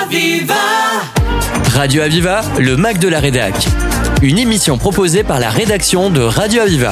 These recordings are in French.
Aviva. Radio Aviva, le Mac de la Rédac. Une émission proposée par la rédaction de Radio Aviva.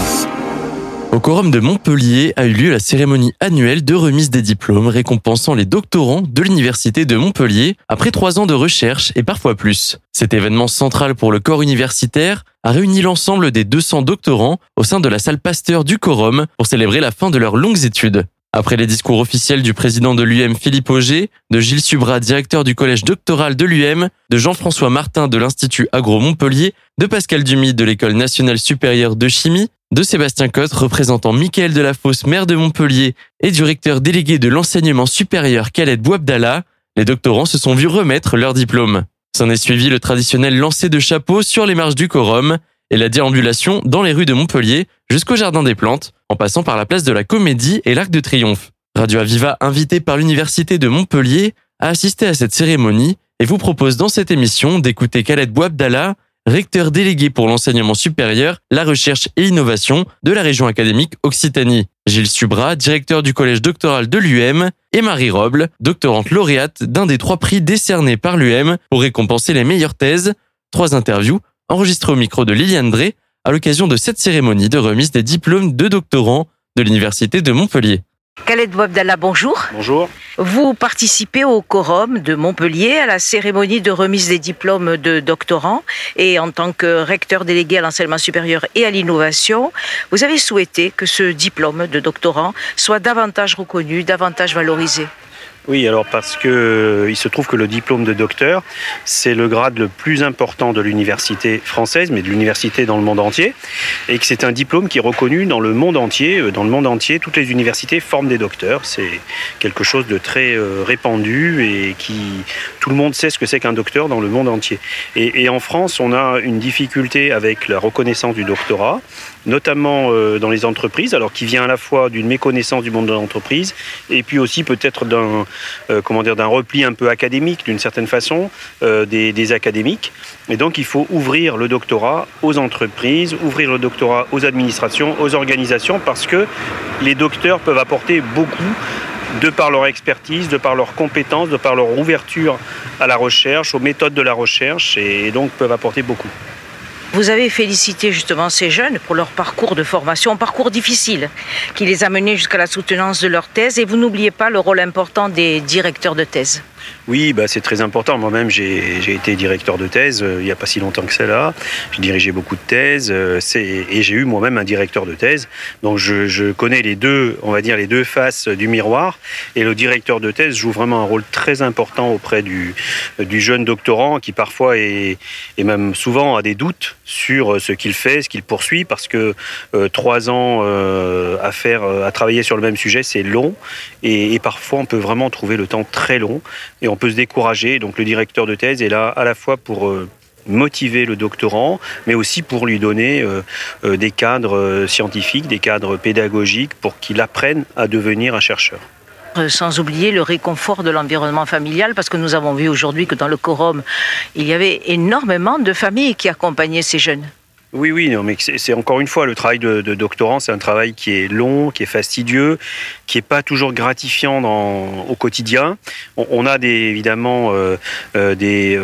Au Quorum de Montpellier a eu lieu la cérémonie annuelle de remise des diplômes récompensant les doctorants de l'Université de Montpellier après 3 ans de recherche et parfois plus. Cet événement central pour le corps universitaire a réuni l'ensemble des 200 doctorants au sein de la salle Pasteur du Quorum pour célébrer la fin de leurs longues études. Après les discours officiels du président de l'UM Philippe Auger, de Gilles Subrat, directeur du collège doctoral de l'UM, de Jean-François Martin de l'Institut Agro Montpellier, de Pascal Dumy de l'École nationale supérieure de chimie, de Sébastien Cotte, représentant Mickaël Delafosse, maire de Montpellier, et du recteur délégué de l'enseignement supérieur Khaled Bouabdallah, les doctorants se sont vus remettre leur diplôme. S'en est suivi le traditionnel lancer de chapeau sur les marches du Quorum et la déambulation dans les rues de Montpellier jusqu'au Jardin des Plantes, en passant par la place de la Comédie et l'Arc de Triomphe. Radio Aviva, invité par l'Université de Montpellier, a assisté à cette cérémonie et vous propose dans cette émission d'écouter Khaled Bouabdallah, recteur délégué pour l'enseignement supérieur, la recherche et l'innovation de la région académique Occitanie, Gilles Subrat, directeur du collège doctoral de l'UM, et Marie Roble, doctorante lauréate d'un des 3 prix décernés par l'UM pour récompenser les meilleures thèses. 3 interviews enregistrées au micro de Liliane Drey à l'occasion de cette cérémonie de remise des diplômes de doctorants de l'Université de Montpellier. Khaled Bouabdallah, bonjour. Bonjour. Vous participez au Quorum de Montpellier à la cérémonie de remise des diplômes de doctorants et en tant que recteur délégué à l'enseignement supérieur et à l'innovation, vous avez souhaité que ce diplôme de doctorant soit davantage reconnu, davantage valorisé. Oui, alors parce que il se trouve que le diplôme de docteur, c'est le grade le plus important de l'université française, mais de l'université dans le monde entier, et que c'est un diplôme qui est reconnu dans le monde entier. Dans le monde entier, toutes les universités forment des docteurs. C'est quelque chose de très répandu et tout le monde sait ce que c'est qu'un docteur dans le monde entier. Et en France, on a une difficulté avec la reconnaissance du doctorat, notamment dans les entreprises, alors qui vient à la fois d'une méconnaissance du monde de l'entreprise et puis aussi peut-être d'un repli un peu académique d'une certaine façon des académiques. Et donc il faut ouvrir le doctorat aux entreprises, ouvrir le doctorat aux administrations, aux organisations, parce que les docteurs peuvent apporter beaucoup de par leur expertise, de par leurs compétences, de par leur ouverture à la recherche, aux méthodes de la recherche, et donc peuvent apporter beaucoup. Vous avez félicité justement ces jeunes pour leur parcours de formation, un parcours difficile qui les a menés jusqu'à la soutenance de leur thèse, et vous n'oubliez pas le rôle important des directeurs de thèse. Oui, c'est très important. Moi-même, j'ai été directeur de thèse il n'y a pas si longtemps que cela. J'ai dirigé beaucoup de thèses et j'ai eu moi-même un directeur de thèse. Donc je connais les deux faces du miroir. Et le directeur de thèse joue vraiment un rôle très important auprès du jeune doctorant qui parfois et même souvent a des doutes sur ce qu'il fait, ce qu'il poursuit, parce que 3 ans à travailler sur le même sujet, c'est long. Et parfois, on peut vraiment trouver le temps très long. Et on peut se décourager. Donc le directeur de thèse est là à la fois pour motiver le doctorant, mais aussi pour lui donner des cadres scientifiques, des cadres pédagogiques pour qu'il apprenne à devenir un chercheur. Sans oublier le réconfort de l'environnement familial, parce que nous avons vu aujourd'hui que dans le Quorum, il y avait énormément de familles qui accompagnaient ces jeunes. Oui, non, mais c'est encore une fois, le travail de doctorant, c'est un travail qui est long, qui est fastidieux, qui n'est pas toujours gratifiant au quotidien. On a évidemment des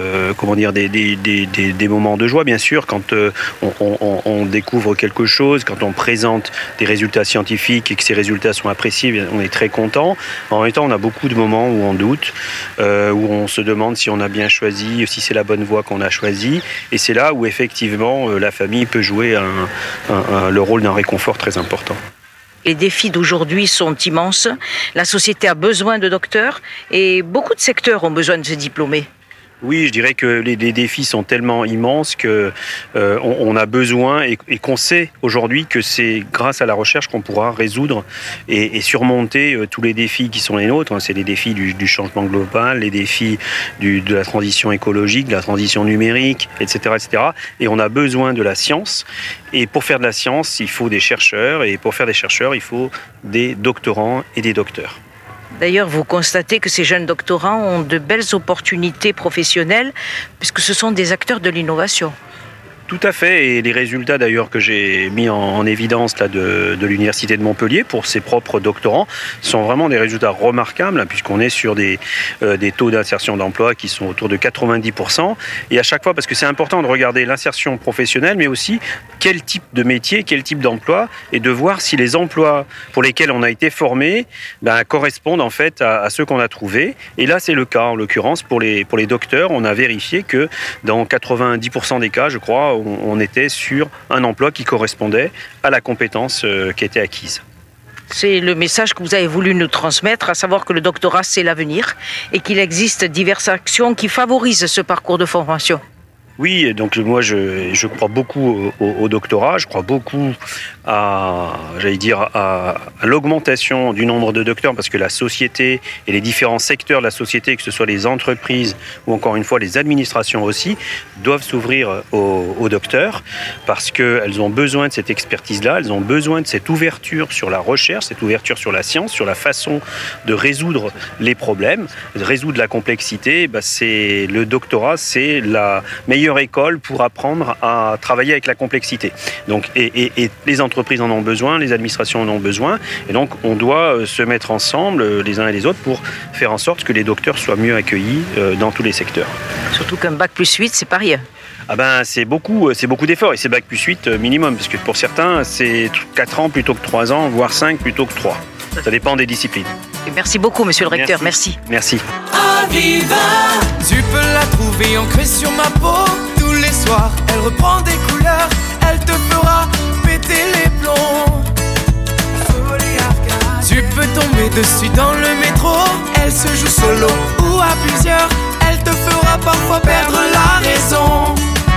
moments de joie, bien sûr, quand on découvre quelque chose, quand on présente des résultats scientifiques et que ces résultats sont appréciés, on est très content. En même temps, on a beaucoup de moments où on doute, où on se demande si on a bien choisi, si c'est la bonne voie qu'on a choisie. Et c'est là où effectivement la famille peut jouer le rôle d'un réconfort très important. Les défis d'aujourd'hui sont immenses. La société a besoin de docteurs et beaucoup de secteurs ont besoin de se diplômer. Oui, je dirais que les défis sont tellement immenses qu'on a besoin et qu'on sait aujourd'hui que c'est grâce à la recherche qu'on pourra résoudre et surmonter tous les défis qui sont les nôtres. C'est les défis du changement global, les défis de la transition écologique, de la transition numérique, etc., etc. Et on a besoin de la science. Et pour faire de la science, il faut des chercheurs. Et pour faire des chercheurs, il faut des doctorants et des docteurs. D'ailleurs, vous constatez que ces jeunes doctorants ont de belles opportunités professionnelles puisque ce sont des acteurs de l'innovation. Tout à fait, et les résultats d'ailleurs que j'ai mis en évidence là, de l'Université de Montpellier pour ses propres doctorants sont vraiment des résultats remarquables, hein, puisqu'on est sur des taux d'insertion d'emploi qui sont autour de 90%. Et à chaque fois, parce que c'est important de regarder l'insertion professionnelle, mais aussi quel type de métier, quel type d'emploi, et de voir si les emplois pour lesquels on a été formé correspondent en fait à ceux qu'on a trouvés. Et là, c'est le cas, en l'occurrence, pour les docteurs, on a vérifié que dans 90% des cas, je crois, on était sur un emploi qui correspondait à la compétence qui était acquise. C'est le message que vous avez voulu nous transmettre, à savoir que le doctorat, c'est l'avenir et qu'il existe diverses actions qui favorisent ce parcours de formation. Oui, donc moi je crois beaucoup au doctorat, je crois beaucoup à l'augmentation du nombre de docteurs, parce que la société et les différents secteurs de la société, que ce soit les entreprises ou encore une fois les administrations aussi, doivent s'ouvrir aux docteurs, parce qu'elles ont besoin de cette expertise-là, elles ont besoin de cette ouverture sur la recherche, cette ouverture sur la science, sur la façon de résoudre les problèmes, de résoudre la complexité. Le doctorat, c'est la meilleure école pour apprendre à travailler avec la complexité. Donc, et les entreprises en ont besoin, les administrations en ont besoin, et donc on doit se mettre ensemble les uns et les autres pour faire en sorte que les docteurs soient mieux accueillis dans tous les secteurs. Surtout qu'un bac+8, c'est pas rien. C'est beaucoup d'efforts, et c'est bac+8 minimum, parce que pour certains, c'est 4 ans plutôt que 3 ans, voire 5 plutôt que 3. Ça dépend des disciplines. Et merci beaucoup, monsieur le recteur. Merci. Merci. Aviva, tu peux la trouver ancrée sur ma peau. Tous les soirs, elle reprend des couleurs. Elle te fera péter les plombs. Tu peux tomber dessus dans le métro. Elle se joue solo ou à plusieurs. Elle te fera parfois perdre la raison.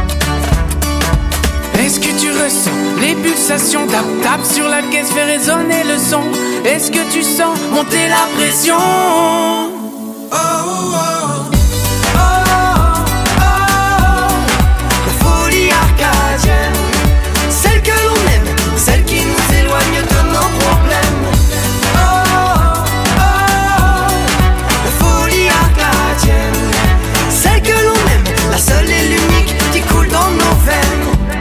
Est-ce que tu ressens les pulsations? Tap tap sur la caisse, fait résonner le son. Est-ce que tu sens monter la pression? Oh, oh, oh. Oh, oh, oh. La folie arcadienne, celle que l'on aime, celle qui nous éloigne de nos problèmes. Oh, oh, oh. La folie arcadienne, celle que l'on aime, la seule et l'unique qui coule dans nos veines.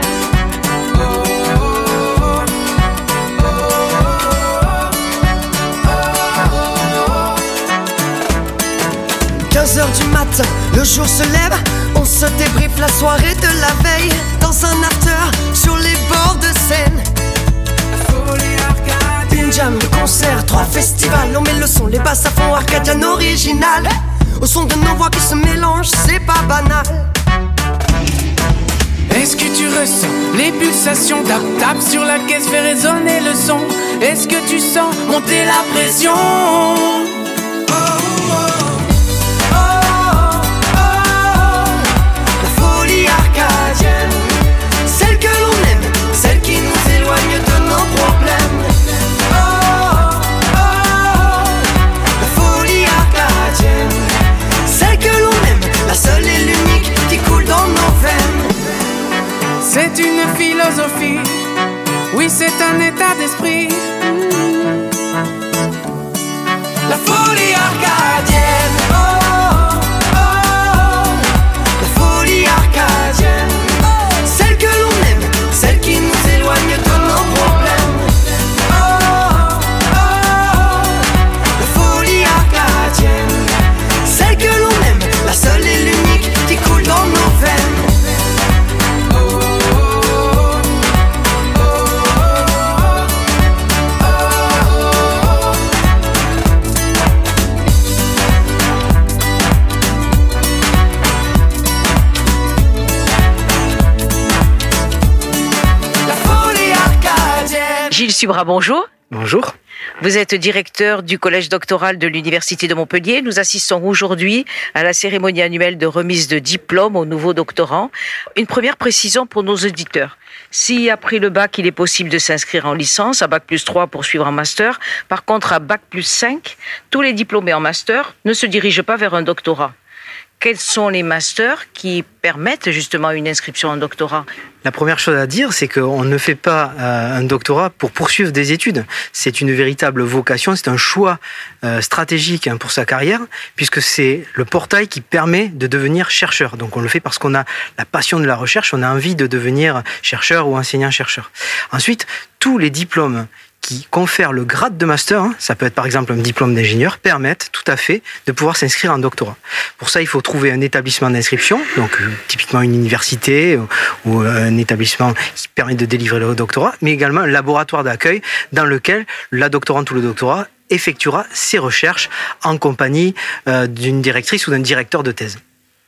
15h du matin, le jour se lève. On se débriefe la soirée de la veille. Dans un after, sur les bords de Seine. Une jam, le concert, 3 festivals. On met le son, les basses à fond, arcadian original. Au son de nos voix qui se mélangent, c'est pas banal. Est-ce que tu ressens les pulsations? Tap tap sur la caisse, fait résonner le son. Est-ce que tu sens monter la pression? Oh, oh. Celle que l'on aime, celle qui nous éloigne de nos problèmes. Oh, oh, oh. La folie arcadienne, celle que l'on aime, la seule et l'unique qui coule dans nos veines. C'est une philosophie, oui c'est un état d'esprit. La folie arcadienne, oh, oh, oh. La folie arcadienne, celle que l'on aime, celle qui nous éloigne de nos problèmes. Oh, oh, oh. La folie arcadienne, celle que l'on aime, la seule et l'unique qui coule dans nos veines. Oh, oh, oh. Oh, oh, oh. Gilles Subra, bonjour. Bonjour. Vous êtes directeur du collège doctoral de l'Université de Montpellier. Nous assistons aujourd'hui à la cérémonie annuelle de remise de diplôme aux nouveaux doctorants. Une première précision pour nos auditeurs. Si après le bac, il est possible de s'inscrire en licence, à bac+3 pour suivre un master, par contre à bac+5, tous les diplômés en master ne se dirigent pas vers un doctorat. quels sont les masters qui permettent justement une inscription en doctorat? La première chose à dire, c'est qu'on ne fait pas un doctorat pour poursuivre des études. C'est une véritable vocation, c'est un choix stratégique pour sa carrière, puisque c'est le portail qui permet de devenir chercheur. Donc on le fait parce qu'on a la passion de la recherche, on a envie de devenir chercheur ou enseignant-chercheur. Ensuite, tous les diplômes qui confèrent le grade de master, ça peut être par exemple un diplôme d'ingénieur, permettent tout à fait de pouvoir s'inscrire en doctorat. Pour ça, il faut trouver un établissement d'inscription, donc typiquement une université ou un établissement qui permet de délivrer le doctorat, mais également un laboratoire d'accueil dans lequel la doctorante ou le doctorat effectuera ses recherches en compagnie d'une directrice ou d'un directeur de thèse.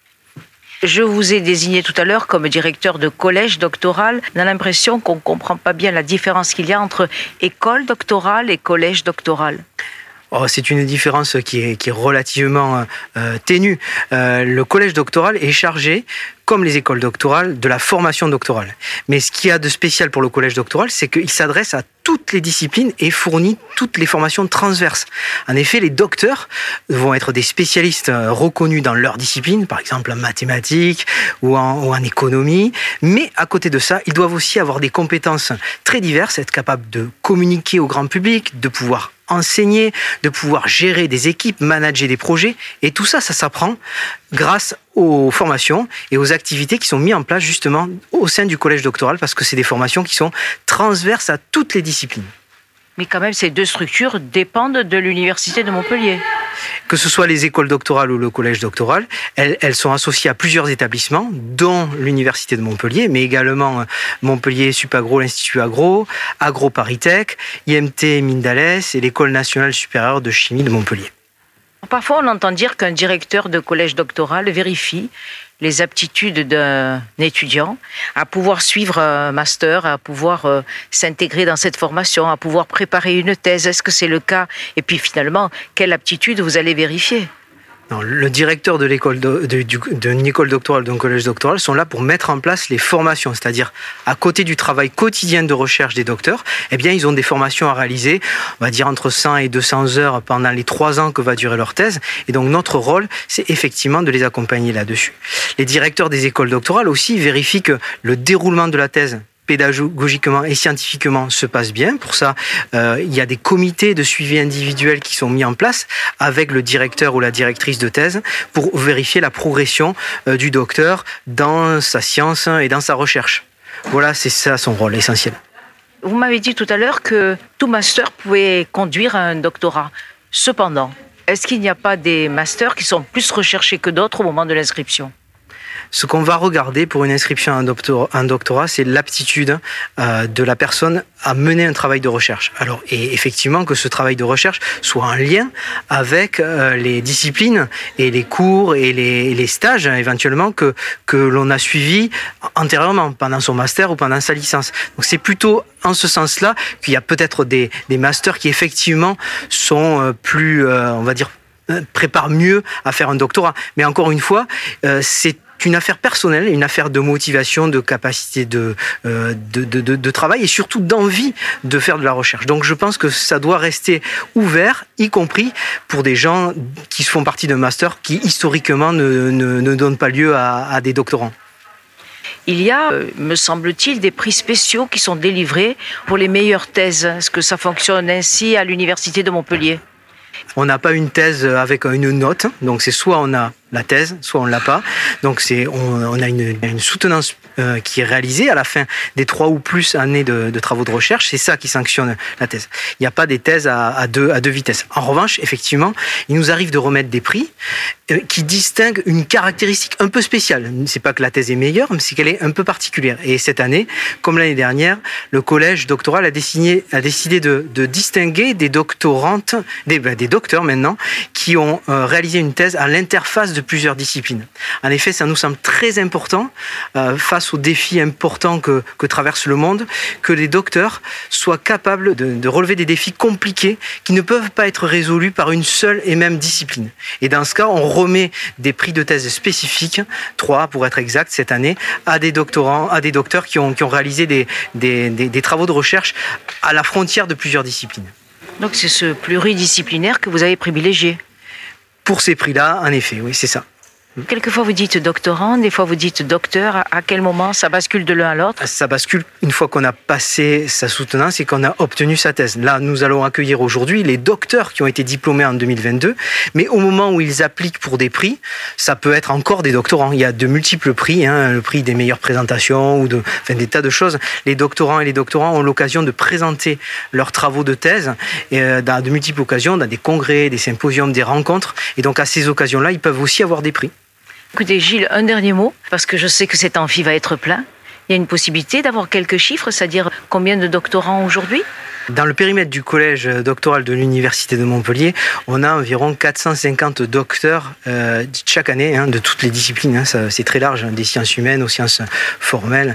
Je vous ai désigné tout à l'heure comme directeur de collège doctoral. On a l'impression qu'on ne comprend pas bien la différence qu'il y a entre école doctorale et collège doctoral. C'est une différence qui est relativement ténue. Le collège doctoral est chargé, comme les écoles doctorales, de la formation doctorale. Mais ce qu'il y a de spécial pour le collège doctoral, c'est qu'il s'adresse à toutes les disciplines et fournit toutes les formations transverses. En effet, les docteurs vont être des spécialistes reconnus dans leur discipline, par exemple en mathématiques ou en économie. Mais à côté de ça, ils doivent aussi avoir des compétences très diverses, être capables de communiquer au grand public, de pouvoir enseigner, de pouvoir gérer des équipes, manager des projets. Et tout ça, ça s'apprend grâce aux formations et aux activités qui sont mises en place justement au sein du collège doctoral, parce que c'est des formations qui sont transverses à toutes les disciplines. Mais quand même, ces deux structures dépendent de l'université de Montpellier. Que ce soit les écoles doctorales ou le collège doctoral, elles sont associées à plusieurs établissements, dont l'université de Montpellier, mais également Montpellier Supagro, l'Institut Agro, AgroParisTech, IMT Mindalès et l'École nationale supérieure de chimie de Montpellier. Parfois, on entend dire qu'un directeur de collège doctoral vérifie les aptitudes d'un étudiant à pouvoir suivre un master, à pouvoir s'intégrer dans cette formation, à pouvoir préparer une thèse. Est-ce que c'est le cas? Et puis finalement, quelle aptitude vous allez vérifier? Non, le directeur de l'école d'une école doctorale, d'un collège doctoral, sont là pour mettre en place les formations, c'est-à-dire à côté du travail quotidien de recherche des docteurs, eh bien ils ont des formations à réaliser, on va dire entre 100 et 200 heures pendant les 3 ans que va durer leur thèse. Et donc notre rôle, c'est effectivement de les accompagner là-dessus. Les directeurs des écoles doctorales aussi vérifient que le déroulement de la thèse pédagogiquement et scientifiquement se passe bien. Pour ça, il y a des comités de suivi individuel qui sont mis en place avec le directeur ou la directrice de thèse pour vérifier la progression du docteur dans sa science et dans sa recherche. Voilà, c'est ça son rôle essentiel. Vous m'avez dit tout à l'heure que tout master pouvait conduire à un doctorat. Cependant, est-ce qu'il n'y a pas des masters qui sont plus recherchés que d'autres au moment de l'inscription ? Ce qu'on va regarder pour une inscription à un doctorat, c'est l'aptitude de la personne à mener un travail de recherche. Alors, et effectivement, que ce travail de recherche soit en lien avec les disciplines et les cours et les stages éventuellement que l'on a suivis antérieurement, pendant son master ou pendant sa licence. Donc c'est plutôt en ce sens-là qu'il y a peut-être des masters qui effectivement sont plus, on va dire, préparent mieux à faire un doctorat. Mais encore une fois, c'est une affaire personnelle, une affaire de motivation, de capacité de travail et surtout d'envie de faire de la recherche. Donc je pense que ça doit rester ouvert, y compris pour des gens qui font partie d'un master qui historiquement ne donne pas lieu à des doctorants. Il y a, me semble-t-il, des prix spéciaux qui sont délivrés pour les meilleures thèses. Est-ce que ça fonctionne ainsi à l'université de Montpellier ? On n'a pas une thèse avec une note, donc c'est soit on a la thèse, soit on l'a pas. Donc on a une soutenance qui est réalisée à la fin des 3 ou plus années de travaux de recherche. C'est ça qui sanctionne la thèse. Il n'y a pas des thèses à deux vitesses. En revanche, effectivement, il nous arrive de remettre des prix qui distinguent une caractéristique un peu spéciale. C'est pas que la thèse est meilleure, mais c'est qu'elle est un peu particulière. Et cette année, comme l'année dernière, le collège doctoral a décidé de distinguer des doctorantes, des docteurs maintenant, qui ont réalisé une thèse à l'interface de plusieurs disciplines. En effet, ça nous semble très important, face aux défis importants que traverse le monde, que les docteurs soient capables de relever des défis compliqués qui ne peuvent pas être résolus par une seule et même discipline. Et dans ce cas, on remet des prix de thèse spécifiques, 3 pour être exact cette année, à des docteurs qui ont réalisé des travaux de recherche à la frontière de plusieurs disciplines. Donc c'est ce pluridisciplinaire que vous avez privilégié. Pour ces prix-là, en effet, oui, c'est ça. Quelquefois vous dites doctorant, des fois vous dites docteur. À quel moment ça bascule de l'un à l'autre? Ça bascule une fois qu'on a passé sa soutenance et qu'on a obtenu sa thèse. Là, nous allons accueillir aujourd'hui les docteurs qui ont été diplômés en 2022, mais au moment où ils appliquent pour des prix, ça peut être encore des doctorants. Il y a de multiples prix, le prix des meilleures présentations ou des tas de choses. Les doctorants et les doctorants ont l'occasion de présenter leurs travaux de thèse dans de multiples occasions, dans des congrès, des symposiums, des rencontres. Et donc à ces occasions-là, ils peuvent aussi avoir des prix. Écoutez Gilles, un dernier mot, parce que je sais que cet amphi va être plein. Il y a une possibilité d'avoir quelques chiffres, c'est-à-dire combien de doctorants aujourd'hui? Dans le périmètre du collège doctoral de l'Université de Montpellier, on a environ 450 docteurs chaque année, de toutes les disciplines. C'est très large, des sciences humaines aux sciences formelles.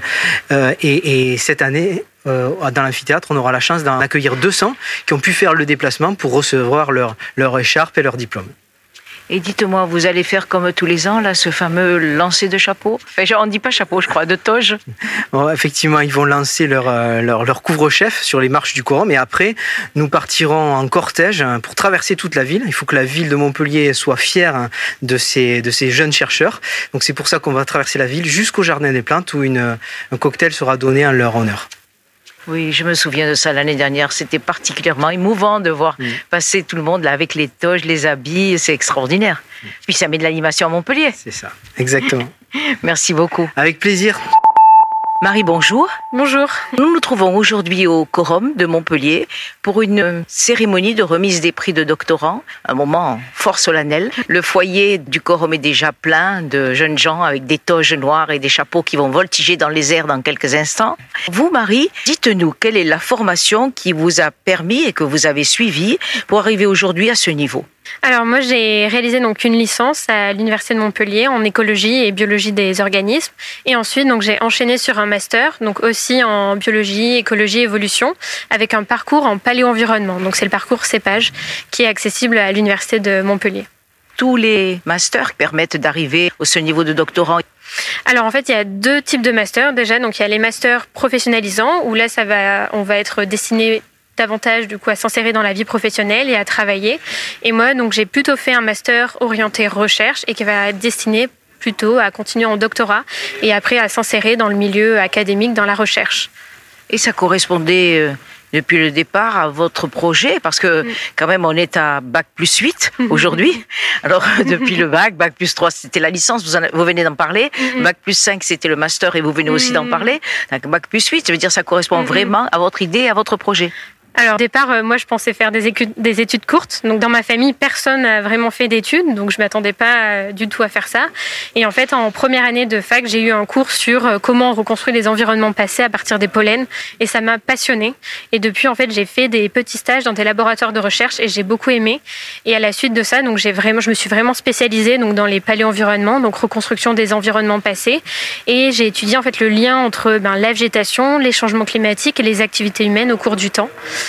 Et cette année, dans l'amphithéâtre, on aura la chance d'en accueillir 200 qui ont pu faire le déplacement pour recevoir leur écharpe et leur diplôme. Et dites-moi, vous allez faire comme tous les ans, là, ce fameux lancer de chapeau? Enfin, on ne dit pas chapeau, je crois, de toge. Bon, effectivement, ils vont lancer leur couvre-chef sur les marches du quorum et après, nous partirons en cortège pour traverser toute la ville. Il faut que la ville de Montpellier soit fière de ces jeunes chercheurs. Donc c'est pour ça qu'on va traverser la ville jusqu'au Jardin des Plantes où un cocktail sera donné en leur honneur. Oui, je me souviens de ça l'année dernière. C'était particulièrement émouvant de voir passer tout le monde là avec les toges, les habits. C'est extraordinaire. Puis ça met de l'animation à Montpellier. C'est ça, exactement. Merci beaucoup. Avec plaisir. Marie, bonjour. Bonjour. Nous nous trouvons aujourd'hui au Quorum de Montpellier pour une cérémonie de remise des prix de doctorants, un moment fort solennel. Le foyer du Quorum est déjà plein de jeunes gens avec des toges noires et des chapeaux qui vont voltiger dans les airs dans quelques instants. Vous, Marie, dites-nous quelle est la formation qui vous a permis et que vous avez suivie pour arriver aujourd'hui à ce niveau? Alors moi j'ai réalisé donc une licence à l'Université de Montpellier en écologie et biologie des organismes et ensuite donc j'ai enchaîné sur un master donc aussi en biologie, écologie, évolution avec un parcours en paléo-environnement. Donc c'est le parcours CEPAGE qui est accessible à l'Université de Montpellier. Tous les masters permettent d'arriver à ce niveau de doctorant? Alors en fait, il y a deux types de masters déjà. Donc il y a les masters professionnalisants où là on va être destiné davantage du coup à s'insérer dans la vie professionnelle et à travailler. Et moi donc j'ai plutôt fait un master orienté recherche et qui va être destiné plutôt à continuer en doctorat et après à s'insérer dans le milieu académique, dans la recherche. Et ça correspondait depuis le départ à votre projet, parce que quand même on est à Bac plus 8 aujourd'hui. Alors depuis le Bac plus 3 c'était la licence, vous venez d'en parler, Bac plus 5 c'était le master et vous venez aussi d'en parler. Donc Bac plus 8, ça veut dire ça correspond vraiment à votre idée et à votre projet. Alors au départ, moi je pensais faire des études courtes. Donc dans ma famille, personne n'a vraiment fait d'études, donc je m'attendais pas du tout à faire ça. Et en fait, en première année de fac, j'ai eu un cours sur comment on reconstruit les environnements passés à partir des pollens, et ça m'a passionnée. Et depuis, en fait, j'ai fait des petits stages dans des laboratoires de recherche et j'ai beaucoup aimé. Et à la suite de ça, donc je me suis vraiment spécialisée donc dans les paléo-environnements, donc reconstruction des environnements passés. Et j'ai étudié en fait le lien entre la végétation, les changements climatiques et les activités humaines au cours du temps.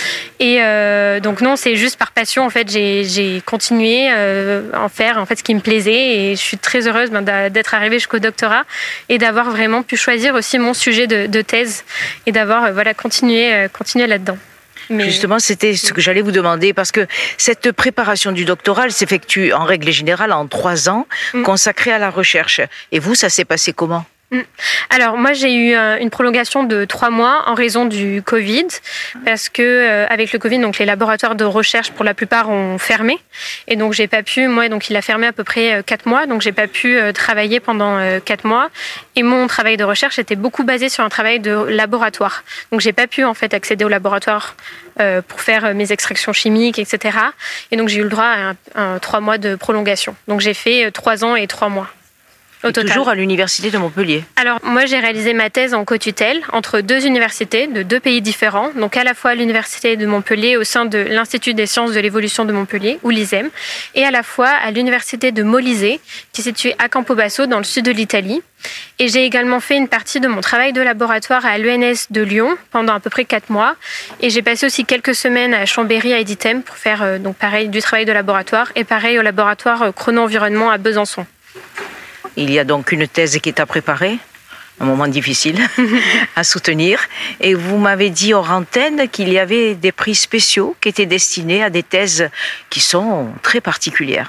Et donc non, c'est juste par passion en fait j'ai continué à en faire en fait ce qui me plaisait et je suis très heureuse d'être arrivée jusqu'au doctorat et d'avoir vraiment pu choisir aussi mon sujet de thèse et d'avoir continué là-dedans. Mais... Justement, c'était ce que j'allais vous demander, parce que cette préparation du doctorat s'effectue en règle générale en 3 ans, consacrée à la recherche. Et vous, ça s'est passé comment ? Alors moi j'ai eu une prolongation de 3 mois en raison du Covid parce que avec le Covid donc les laboratoires de recherche pour la plupart ont fermé et donc j'ai pas pu donc il a fermé à peu près 4 mois donc j'ai pas pu travailler pendant 4 mois et mon travail de recherche était beaucoup basé sur un travail de laboratoire donc j'ai pas pu en fait accéder au laboratoire pour faire mes extractions chimiques etc et donc j'ai eu le droit à 3 mois de prolongation donc j'ai fait 3 ans et 3 mois. Toujours à l'Université de Montpellier. Alors, moi, j'ai réalisé ma thèse en co-tutelle entre 2 universités de 2 pays différents. Donc, à la fois l'Université de Montpellier au sein de l'Institut des sciences de l'évolution de Montpellier, ou l'ISEM, et à la fois à l'Université de Molise, qui est située à Campobasso, dans le sud de l'Italie. Et j'ai également fait une partie de mon travail de laboratoire à l'ENS de Lyon pendant à peu près 4 mois. Et j'ai passé aussi quelques semaines à Chambéry, à Editem, pour faire donc pareil du travail de laboratoire et pareil au laboratoire Chrono-Environnement à Besançon. Il y a donc une thèse qui est à préparer, un moment difficile à soutenir. Et vous m'avez dit hors antenne qu'il y avait des prix spéciaux qui étaient destinés à des thèses qui sont très particulières.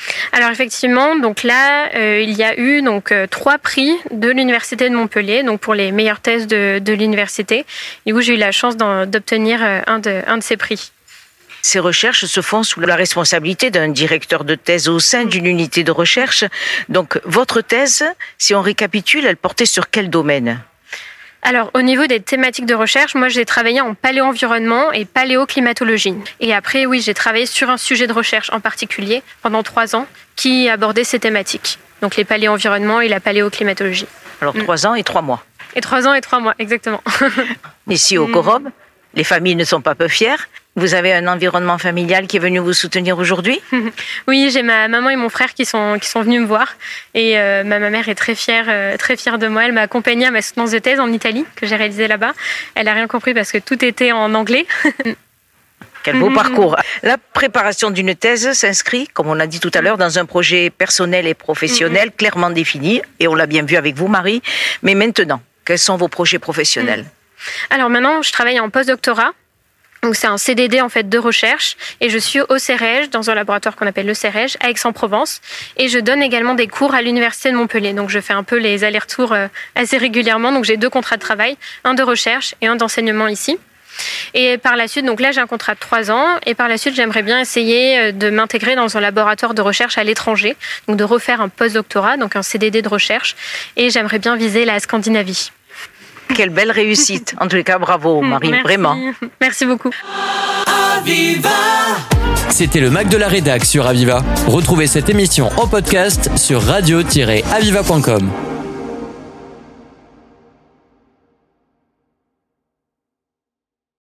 Alors effectivement, donc là, il y a eu 3 prix de l'Université de Montpellier, donc pour les meilleures thèses de l'université. Du coup, j'ai eu la chance d'obtenir un de ces prix. Ces recherches se font sous la responsabilité d'un directeur de thèse au sein d'une unité de recherche. Donc, votre thèse, si on récapitule, elle portait sur quel domaine ? Alors, au niveau des thématiques de recherche, moi, j'ai travaillé en paléo-environnement et paléoclimatologie. Et après, oui, j'ai travaillé sur un sujet de recherche en particulier pendant 3 ans qui abordait ces thématiques. Donc, les paléo-environnement et la paléoclimatologie. Alors, 3 ans et 3 mois. Et 3 ans et 3 mois, exactement. Ici, au Corom, les familles ne sont pas peu fières. Vous avez un environnement familial qui est venu vous soutenir aujourd'hui ? Oui, j'ai ma maman et mon frère qui sont venus me voir. Et ma mère est très fière de moi. Elle m'a accompagnée à ma soutenance de thèse en Italie, que j'ai réalisée là-bas. Elle n'a rien compris parce que tout était en anglais. Quel beau parcours. La préparation d'une thèse s'inscrit, comme on l'a dit tout à l'heure, dans un projet personnel et professionnel clairement défini. Et on l'a bien vu avec vous, Marie. Mais maintenant, quels sont vos projets professionnels ? Alors maintenant, je travaille en post-doctorat. Donc c'est un CDD en fait de recherche et je suis au CEREJ dans un laboratoire qu'on appelle le CEREJ à Aix-en-Provence et je donne également des cours à l'Université de Montpellier. Donc je fais un peu les allers-retours assez régulièrement. Donc j'ai 2 contrats de travail, un de recherche et un d'enseignement ici. Et par la suite, donc là j'ai un contrat de 3 ans et par la suite j'aimerais bien essayer de m'intégrer dans un laboratoire de recherche à l'étranger, donc de refaire un post-doctorat, donc un CDD de recherche et j'aimerais bien viser la Scandinavie. Quelle belle réussite. En tous les cas, bravo Marie, merci. Vraiment. Merci beaucoup. Aviva. C'était le Mac de la Rédac sur Aviva. Retrouvez cette émission en podcast sur radio-aviva.com.